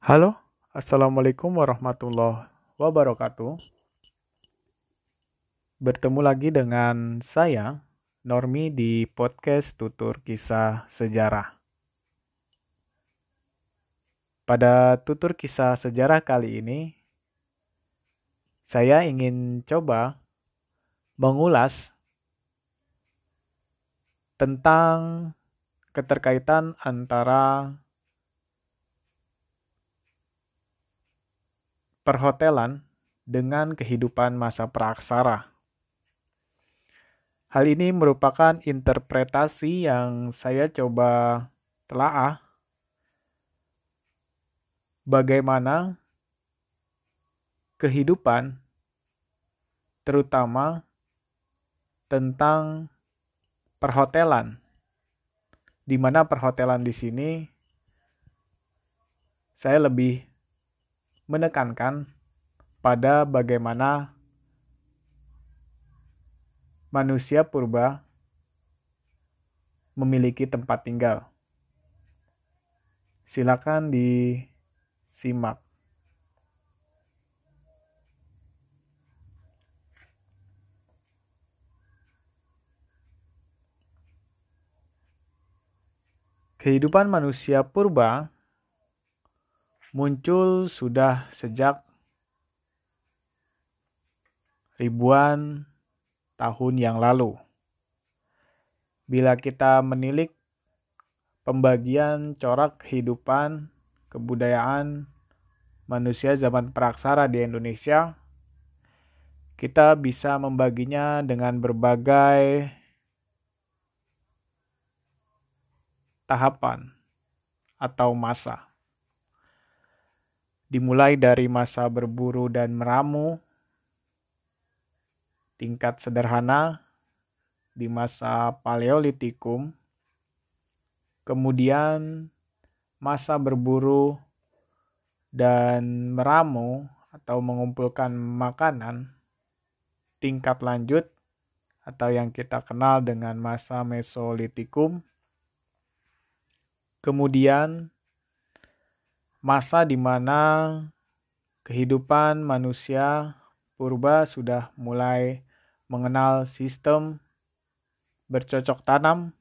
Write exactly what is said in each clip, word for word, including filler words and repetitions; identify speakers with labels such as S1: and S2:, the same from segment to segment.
S1: Halo, Assalamualaikum warahmatullahi wabarakatuh. Bertemu lagi dengan saya, Normi, di podcast Tutur Kisah Sejarah. Pada Tutur Kisah Sejarah kali ini, saya ingin coba mengulas tentang keterkaitan antara perhotelan dengan kehidupan masa praksara. Hal ini merupakan interpretasi yang saya coba telaah bagaimana kehidupan, terutama tentang perhotelan, di mana perhotelan di sini saya lebih menekankan pada bagaimana manusia purba memiliki tempat tinggal. Silakan disimak. Kehidupan manusia purba muncul sudah sejak ribuan tahun yang lalu. Bila kita menilik pembagian corak kehidupan, kebudayaan manusia zaman praksara di Indonesia, kita bisa membaginya dengan berbagai tahapan atau masa. Dimulai dari masa berburu dan meramu, tingkat sederhana di masa Paleolitikum, kemudian masa berburu dan meramu atau mengumpulkan makanan, tingkat lanjut atau yang kita kenal dengan masa Mesolitikum, kemudian masa di mana kehidupan manusia purba sudah mulai mengenal sistem bercocok tanam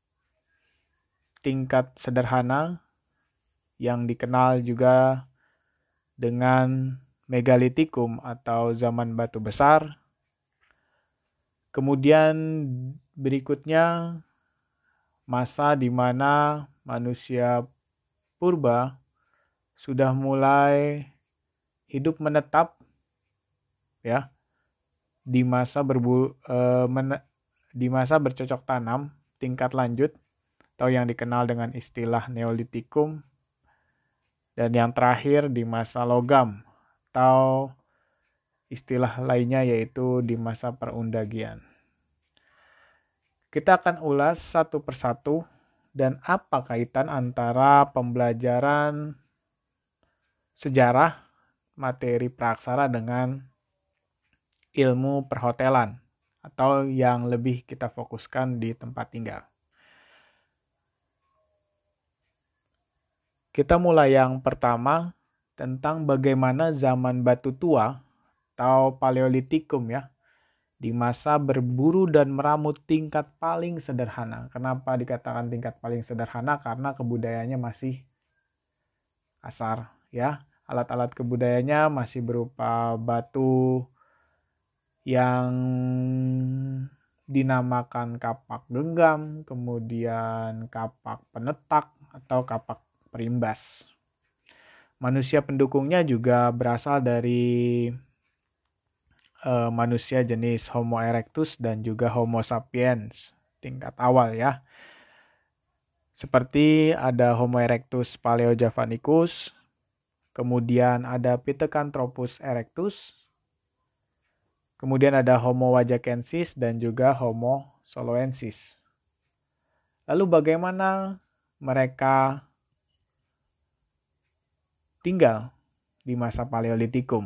S1: tingkat sederhana yang dikenal juga dengan Megalitikum atau zaman batu besar. Kemudian berikutnya masa di mana manusia purba sudah mulai hidup menetap ya di masa berbu eh, men- di masa bercocok tanam tingkat lanjut atau yang dikenal dengan istilah Neolitikum, dan yang terakhir di masa logam atau istilah lainnya yaitu di masa perundagian. Kita akan ulas satu persatu dan apa kaitan antara pembelajaran sejarah materi praksara dengan ilmu perhotelan atau yang lebih kita fokuskan di tempat tinggal. Kita mulai yang pertama tentang bagaimana zaman batu tua atau Paleolitikum ya, di masa berburu dan meramu tingkat paling sederhana. Kenapa dikatakan tingkat paling sederhana? Karena kebudayaannya masih kasar ya. Alat-alat kebudayanya masih berupa batu yang dinamakan kapak genggam, kemudian kapak penetak atau kapak perimbas. Manusia pendukungnya juga berasal dari uh, manusia jenis Homo erectus dan juga Homo sapiens tingkat awal ya. Seperti ada Homo erectus paleojavanicus, kemudian ada Pithecanthropus erectus, kemudian ada Homo wajakensis dan juga Homo soloensis. Lalu bagaimana mereka tinggal di masa Paleolitikum?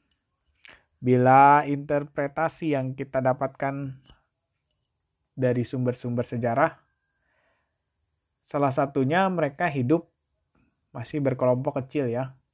S1: Bila interpretasi yang kita dapatkan dari sumber-sumber sejarah, salah satunya mereka hidup masih berkelompok kecil ya.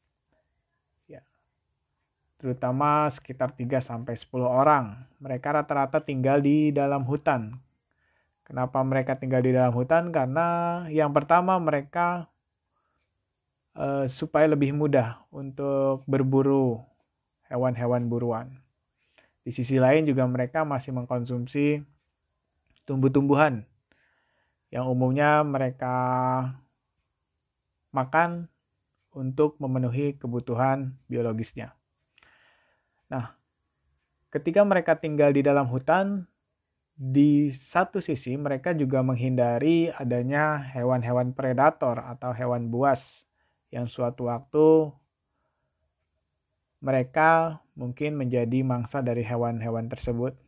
S1: terutama sekitar tiga sampai sepuluh orang. Mereka rata-rata tinggal di dalam hutan. Kenapa mereka tinggal di dalam hutan? Karena yang pertama mereka eh, supaya lebih mudah untuk berburu hewan-hewan buruan. Di sisi lain juga mereka masih mengkonsumsi tumbuh-tumbuhan yang umumnya mereka makan untuk memenuhi kebutuhan biologisnya. Nah, ketika mereka tinggal di dalam hutan, di satu sisi mereka juga menghindari adanya hewan-hewan predator atau hewan buas yang suatu waktu mereka mungkin menjadi mangsa dari hewan-hewan tersebut.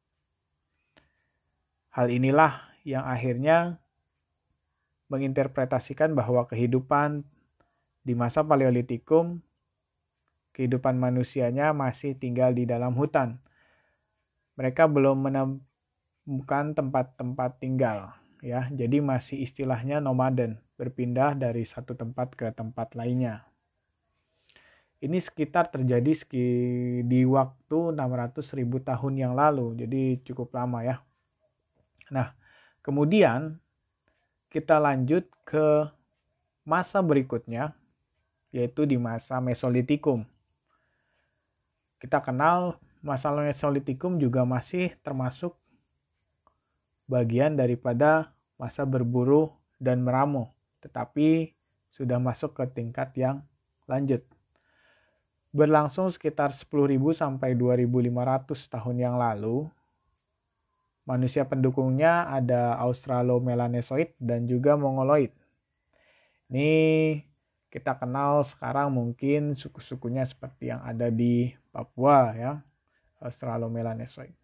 S1: Hal inilah yang akhirnya menginterpretasikan bahwa kehidupan di masa Paleolitikum, kehidupan manusianya masih tinggal di dalam hutan. Mereka belum menemukan tempat-tempat tinggal, ya. Jadi masih istilahnya nomaden, berpindah dari satu tempat ke tempat lainnya. Ini sekitar terjadi di waktu enam ratus ribu tahun yang lalu, jadi cukup lama ya. Nah, kemudian kita lanjut ke masa berikutnya, yaitu di masa Mesolitikum. Kita kenal masa Mesolitikum juga masih termasuk bagian daripada masa berburu dan meramu, tetapi sudah masuk ke tingkat yang lanjut. Berlangsung sekitar sepuluh ribu sampai dua ribu lima ratus tahun yang lalu. Manusia pendukungnya ada Australomelanesoid dan juga Mongoloid. Ini kita kenal sekarang mungkin suku-sukunya seperti yang ada di Papua ya, Australomelanesoid.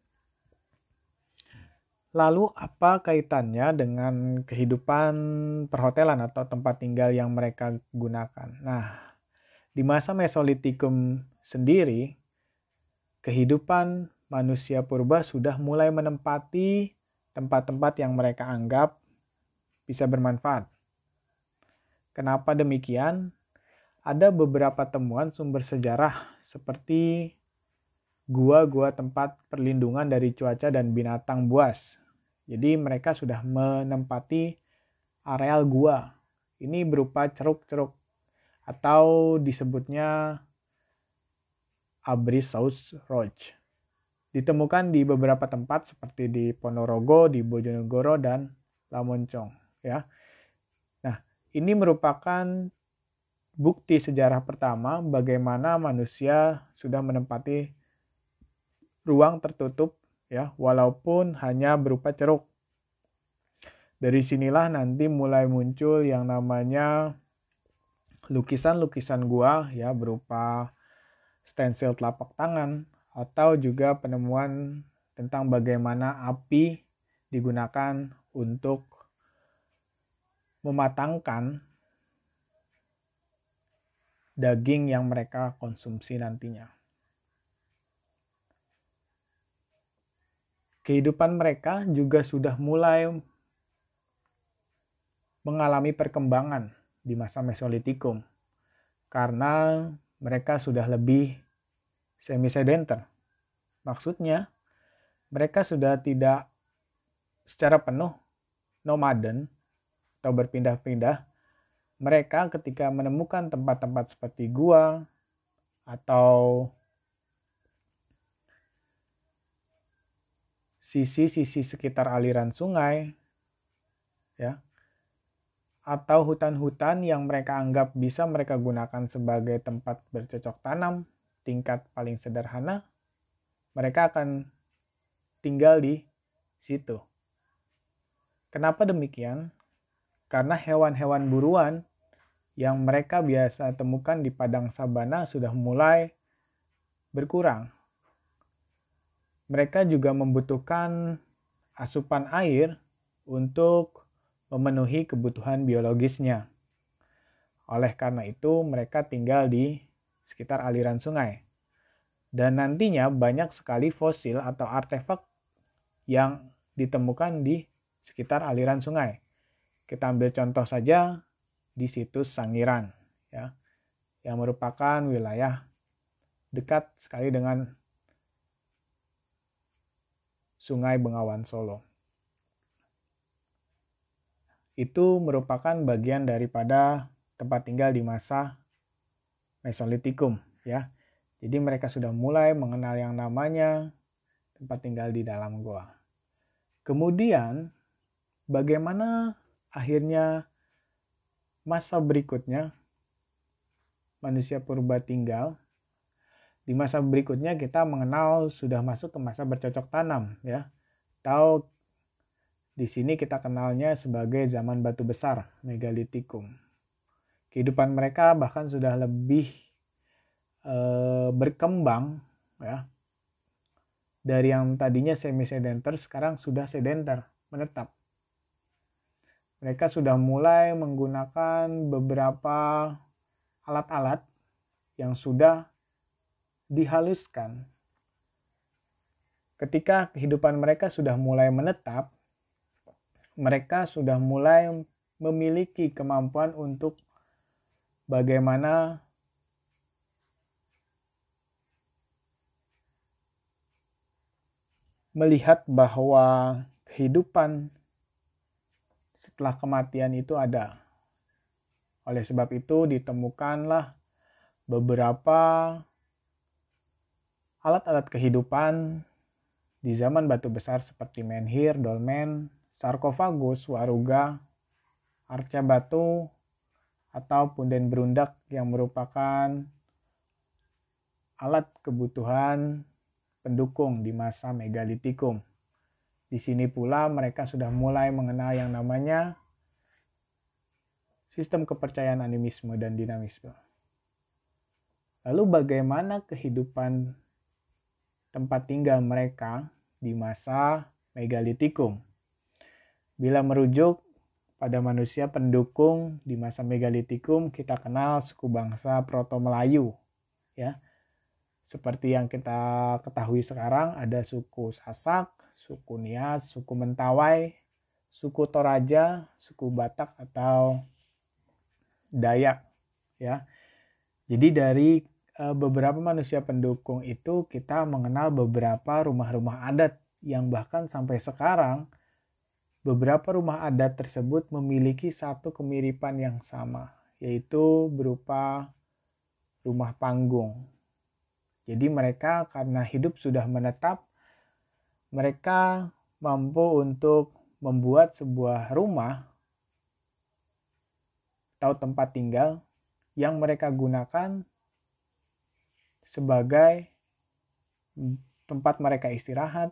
S1: Lalu apa kaitannya dengan kehidupan perhotelan atau tempat tinggal yang mereka gunakan? Nah, di masa Mesolitikum sendiri, kehidupan manusia purba sudah mulai menempati tempat-tempat yang mereka anggap bisa bermanfaat. Kenapa demikian? Ada beberapa temuan sumber sejarah seperti gua-gua tempat perlindungan dari cuaca dan binatang buas. Jadi mereka sudah menempati areal gua. Ini berupa ceruk-ceruk atau disebutnya Abruzos Rock. Ditemukan di beberapa tempat seperti di Ponorogo, di Bojonegoro, dan Lamoncong. Ya. Nah, ini merupakan bukti sejarah pertama bagaimana manusia sudah menempati ruang tertutup, ya, walaupun hanya berupa ceruk. Dari sinilah nanti mulai muncul yang namanya lukisan-lukisan gua, ya, berupa stensil telapak tangan, atau juga penemuan tentang bagaimana api digunakan untuk mematangkan daging yang mereka konsumsi nantinya. Kehidupan mereka juga sudah mulai mengalami perkembangan di masa Mesolitikum karena mereka sudah lebih semi-sedenter. Maksudnya, mereka sudah tidak secara penuh nomaden atau berpindah-pindah. Mereka ketika menemukan tempat-tempat seperti gua atau sisi-sisi sekitar aliran sungai, ya, atau hutan-hutan yang mereka anggap bisa mereka gunakan sebagai tempat bercocok tanam tingkat paling sederhana, mereka akan tinggal di situ. Kenapa demikian? Karena hewan-hewan buruan yang mereka biasa temukan di padang sabana sudah mulai berkurang. Mereka juga membutuhkan asupan air untuk memenuhi kebutuhan biologisnya. Oleh karena itu, mereka tinggal di sekitar aliran sungai. Dan nantinya banyak sekali fosil atau artefak yang ditemukan di sekitar aliran sungai. Kita ambil contoh saja di situs Sangiran, ya, yang merupakan wilayah dekat sekali dengan Sungai Bengawan Solo. Itu merupakan bagian daripada tempat tinggal di masa Mesolitikum, ya. Jadi mereka sudah mulai mengenal yang namanya tempat tinggal di dalam goa. Kemudian bagaimana akhirnya masa berikutnya manusia purba tinggal? Di masa berikutnya kita mengenal sudah masuk ke masa bercocok tanam, ya. Atau di sini kita kenalnya sebagai zaman batu besar, Megalitikum. Kehidupan mereka bahkan sudah lebih e, berkembang, ya. Dari yang tadinya semi-sedenter sekarang sudah sedenter, menetap. Mereka sudah mulai menggunakan beberapa alat-alat yang sudah dihaluskan. Ketika kehidupan mereka sudah mulai menetap, mereka sudah mulai memiliki kemampuan untuk bagaimana melihat bahwa kehidupan setelah kematian itu ada. Oleh sebab itu ditemukanlah beberapa alat-alat kehidupan di zaman batu besar seperti menhir, dolmen, sarkofagus, waruga, arca batu, atau punden berundak yang merupakan alat kebutuhan pendukung di masa Megalitikum. Di sini pula mereka sudah mulai mengenal yang namanya sistem kepercayaan animisme dan dinamisme. Lalu bagaimana kehidupan tempat tinggal mereka di masa Megalitikum? Bila merujuk pada manusia pendukung di masa Megalitikum, kita kenal suku bangsa Proto-Melayu, ya. Seperti yang kita ketahui sekarang, ada suku Sasak, suku Nias, suku Mentawai, suku Toraja, suku Batak atau Dayak, ya. Jadi dari e, beberapa manusia pendukung itu kita mengenal beberapa rumah-rumah adat yang bahkan sampai sekarang beberapa rumah adat tersebut memiliki satu kemiripan yang sama, yaitu berupa rumah panggung. Jadi mereka karena hidup sudah menetap, mereka mampu untuk membuat sebuah rumah atau tempat tinggal yang mereka gunakan sebagai tempat mereka istirahat,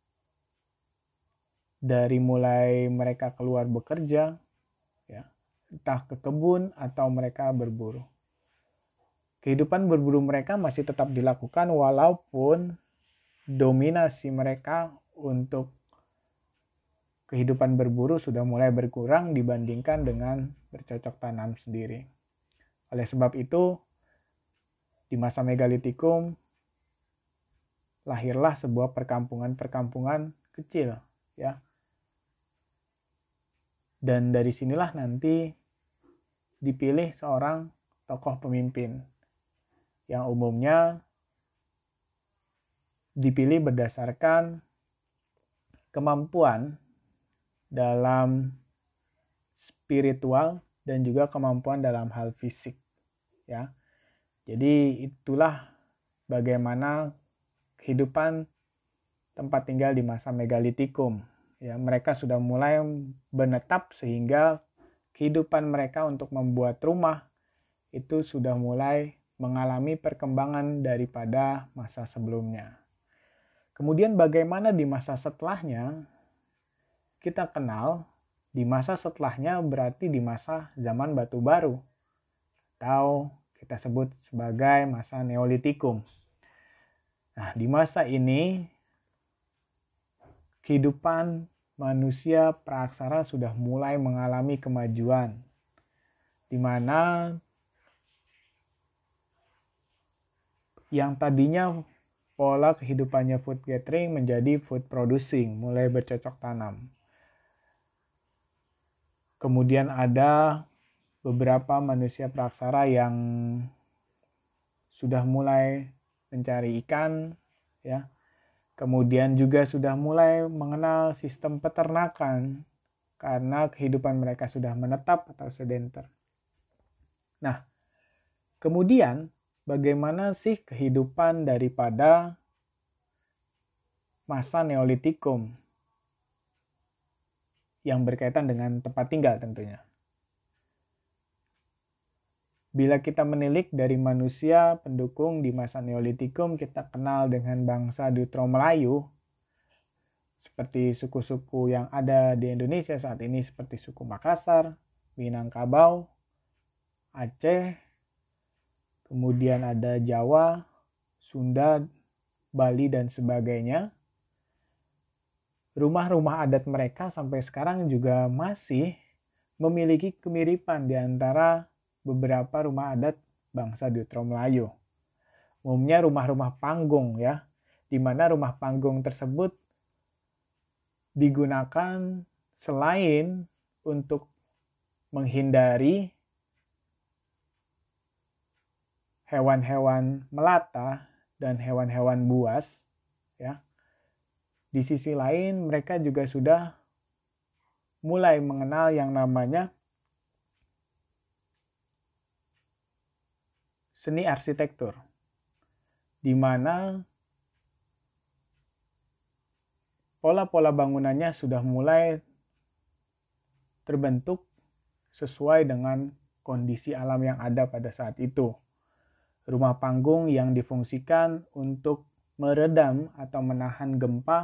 S1: dari mulai mereka keluar bekerja, ya, entah ke kebun atau mereka berburu. Kehidupan berburu mereka masih tetap dilakukan walaupun dominasi mereka untuk kehidupan berburu sudah mulai berkurang dibandingkan dengan bercocok tanam sendiri. Oleh sebab itu, di masa Megalitikum lahirlah sebuah perkampungan-perkampungan kecil, ya. Dan dari sinilah nanti dipilih seorang tokoh pemimpin yang umumnya dipilih berdasarkan kemampuan dalam spiritual dan juga kemampuan dalam hal fisik, ya. Jadi itulah bagaimana kehidupan tempat tinggal di masa Megalitikum. Ya, mereka sudah mulai menetap sehingga kehidupan mereka untuk membuat rumah itu sudah mulai mengalami perkembangan daripada masa sebelumnya. Kemudian bagaimana di masa setelahnya? Kita kenal di masa setelahnya berarti di masa zaman batu baru atau kita sebut sebagai masa Neolitikum. Nah, di masa ini kehidupan manusia praaksara sudah mulai mengalami kemajuan, di mana yang tadinya pola kehidupannya food gathering menjadi food producing, mulai bercocok tanam. Kemudian ada beberapa manusia praaksara yang sudah mulai mencari ikan, ya. Kemudian juga sudah mulai mengenal sistem peternakan karena kehidupan mereka sudah menetap atau sedenter. Nah, kemudian bagaimana sih kehidupan daripada masa Neolitikum yang berkaitan dengan tempat tinggal tentunya? Bila kita menilik dari manusia pendukung di masa Neolitikum, kita kenal dengan bangsa Deutero Melayu, seperti suku-suku yang ada di Indonesia saat ini seperti suku Makassar, Minangkabau, Aceh, kemudian ada Jawa, Sunda, Bali, dan sebagainya. Rumah-rumah adat mereka sampai sekarang juga masih memiliki kemiripan di antara beberapa rumah adat bangsa Deutero Melayu. Umumnya rumah-rumah panggung, ya, di mana rumah panggung tersebut digunakan selain untuk menghindari hewan-hewan melata dan hewan-hewan buas, ya. Di sisi lain mereka juga sudah mulai mengenal yang namanya seni arsitektur, di mana pola-pola bangunannya sudah mulai terbentuk sesuai dengan kondisi alam yang ada pada saat itu. Rumah panggung yang difungsikan untuk meredam atau menahan gempa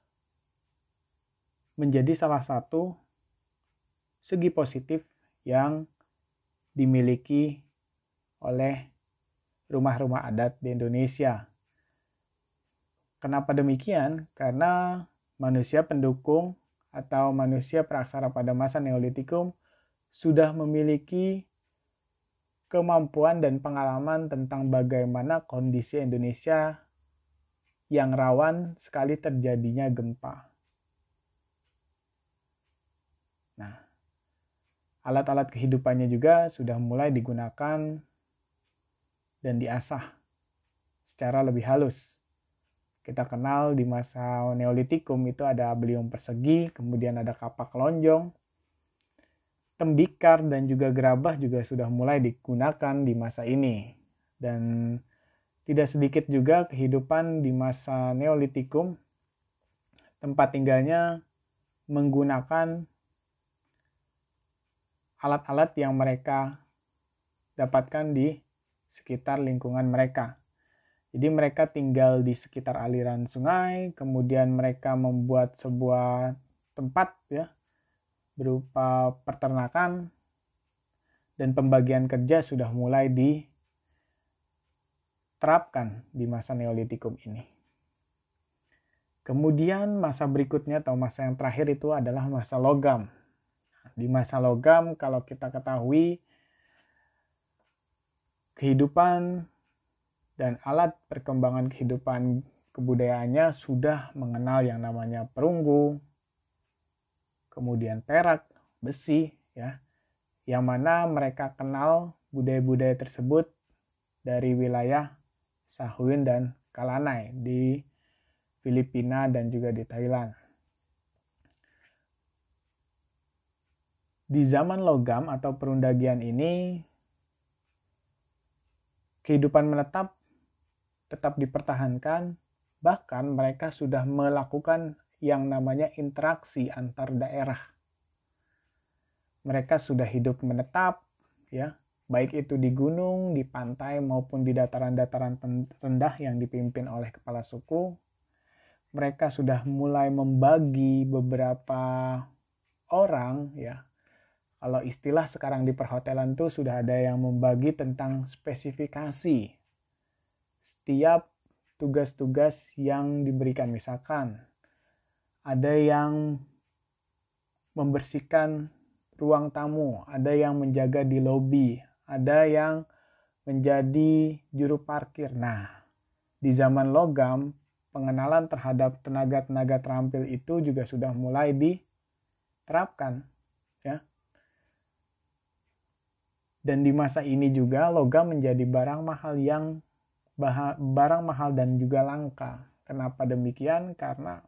S1: menjadi salah satu segi positif yang dimiliki oleh rumah-rumah adat di Indonesia. Kenapa demikian? Karena manusia pendukung atau manusia praksara pada masa Neolitikum sudah memiliki kemampuan dan pengalaman tentang bagaimana kondisi Indonesia yang rawan sekali terjadinya gempa. Nah, alat-alat kehidupannya juga sudah mulai digunakan dan diasah secara lebih halus. Kita kenal di masa Neolitikum itu ada beliung persegi, kemudian ada kapak lonjong, tembikar, dan juga gerabah juga sudah mulai digunakan di masa ini. Dan tidak sedikit juga kehidupan di masa Neolitikum, tempat tinggalnya menggunakan alat-alat yang mereka dapatkan di sekitar lingkungan mereka. Jadi mereka tinggal di sekitar aliran sungai, kemudian mereka membuat sebuah tempat, ya, berupa peternakan, dan pembagian kerja sudah mulai diterapkan di masa Neolitikum ini. Kemudian masa berikutnya atau masa yang terakhir itu adalah masa logam. Di masa logam, kalau kita ketahui, kehidupan dan alat perkembangan kehidupan kebudayaannya sudah mengenal yang namanya perunggu, kemudian perak, besi, ya, yang mana mereka kenal budaya-budaya tersebut dari wilayah Sahuin dan Kalanai di Filipina dan juga di Thailand. Di zaman logam atau perundagian ini, kehidupan menetap tetap dipertahankan, bahkan mereka sudah melakukan yang namanya interaksi antar daerah. Mereka sudah hidup menetap, ya, baik itu di gunung, di pantai, maupun di dataran-dataran rendah yang dipimpin oleh kepala suku. Mereka sudah mulai membagi beberapa orang, ya. Kalau istilah sekarang di perhotelan tuh sudah ada yang membagi tentang spesifikasi setiap tugas-tugas yang diberikan. Misalkan ada yang membersihkan ruang tamu, ada yang menjaga di lobi, ada yang menjadi juru parkir. Nah, di zaman logam, pengenalan terhadap tenaga-tenaga terampil itu juga sudah mulai diterapkan, ya. Dan di masa ini juga logam menjadi barang mahal yang barang mahal dan juga langka. Kenapa demikian? Karena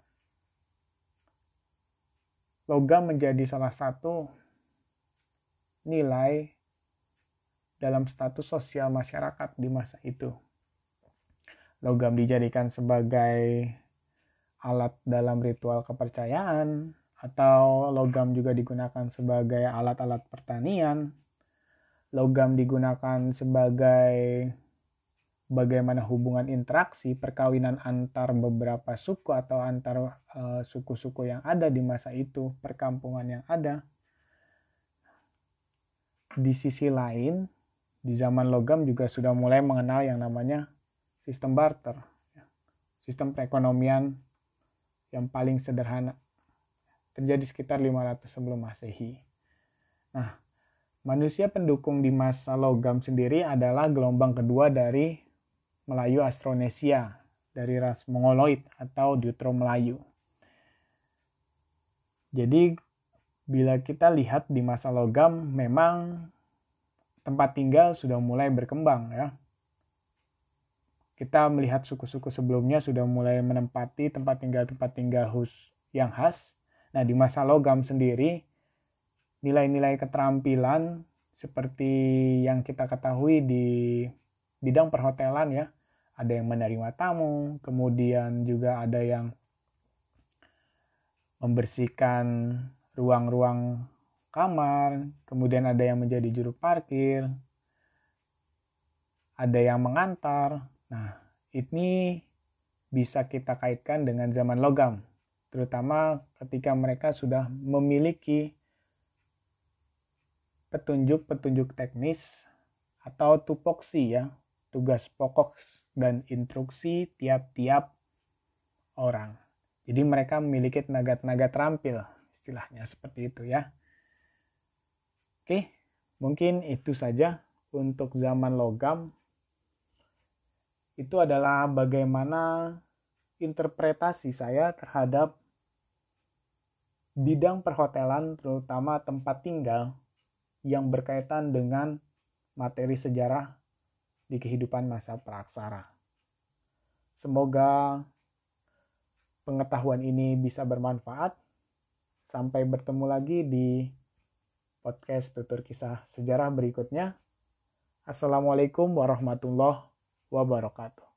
S1: logam menjadi salah satu nilai dalam status sosial masyarakat di masa itu. Logam dijadikan sebagai alat dalam ritual kepercayaan, atau logam juga digunakan sebagai alat-alat pertanian. Logam digunakan sebagai bagaimana hubungan interaksi perkawinan antar beberapa suku atau antar uh, suku-suku yang ada di masa itu, perkampungan yang ada. Di sisi lain, di zaman logam juga sudah mulai mengenal yang namanya sistem barter, sistem perekonomian yang paling sederhana, terjadi sekitar lima ratus sebelum Masehi. Nah, manusia pendukung di masa logam sendiri adalah gelombang kedua dari Melayu Austronesia, dari ras Mongoloid atau Deutero Melayu. Jadi, bila kita lihat di masa logam, memang tempat tinggal sudah mulai berkembang, ya. Kita melihat suku-suku sebelumnya sudah mulai menempati tempat tinggal-tempat tinggal khusus yang khas. Nah, di masa logam sendiri, nilai-nilai keterampilan seperti yang kita ketahui di bidang perhotelan, ya, ada yang menerima tamu, kemudian juga ada yang membersihkan ruang-ruang kamar, kemudian ada yang menjadi juru parkir, ada yang mengantar. Nah, ini bisa kita kaitkan dengan zaman logam, terutama ketika mereka sudah memiliki petunjuk-petunjuk teknis atau tupoksi, ya, tugas pokok dan instruksi tiap-tiap orang. Jadi mereka memiliki tenaga-tenaga terampil, istilahnya seperti itu, ya. Oke, mungkin itu saja untuk zaman logam. Itu adalah bagaimana interpretasi saya terhadap bidang perhotelan, terutama tempat tinggal yang berkaitan dengan materi sejarah di kehidupan masa praksara. Semoga pengetahuan ini bisa bermanfaat. Sampai bertemu lagi di podcast Tutur Kisah Sejarah berikutnya. Assalamualaikum warahmatullahi wabarakatuh.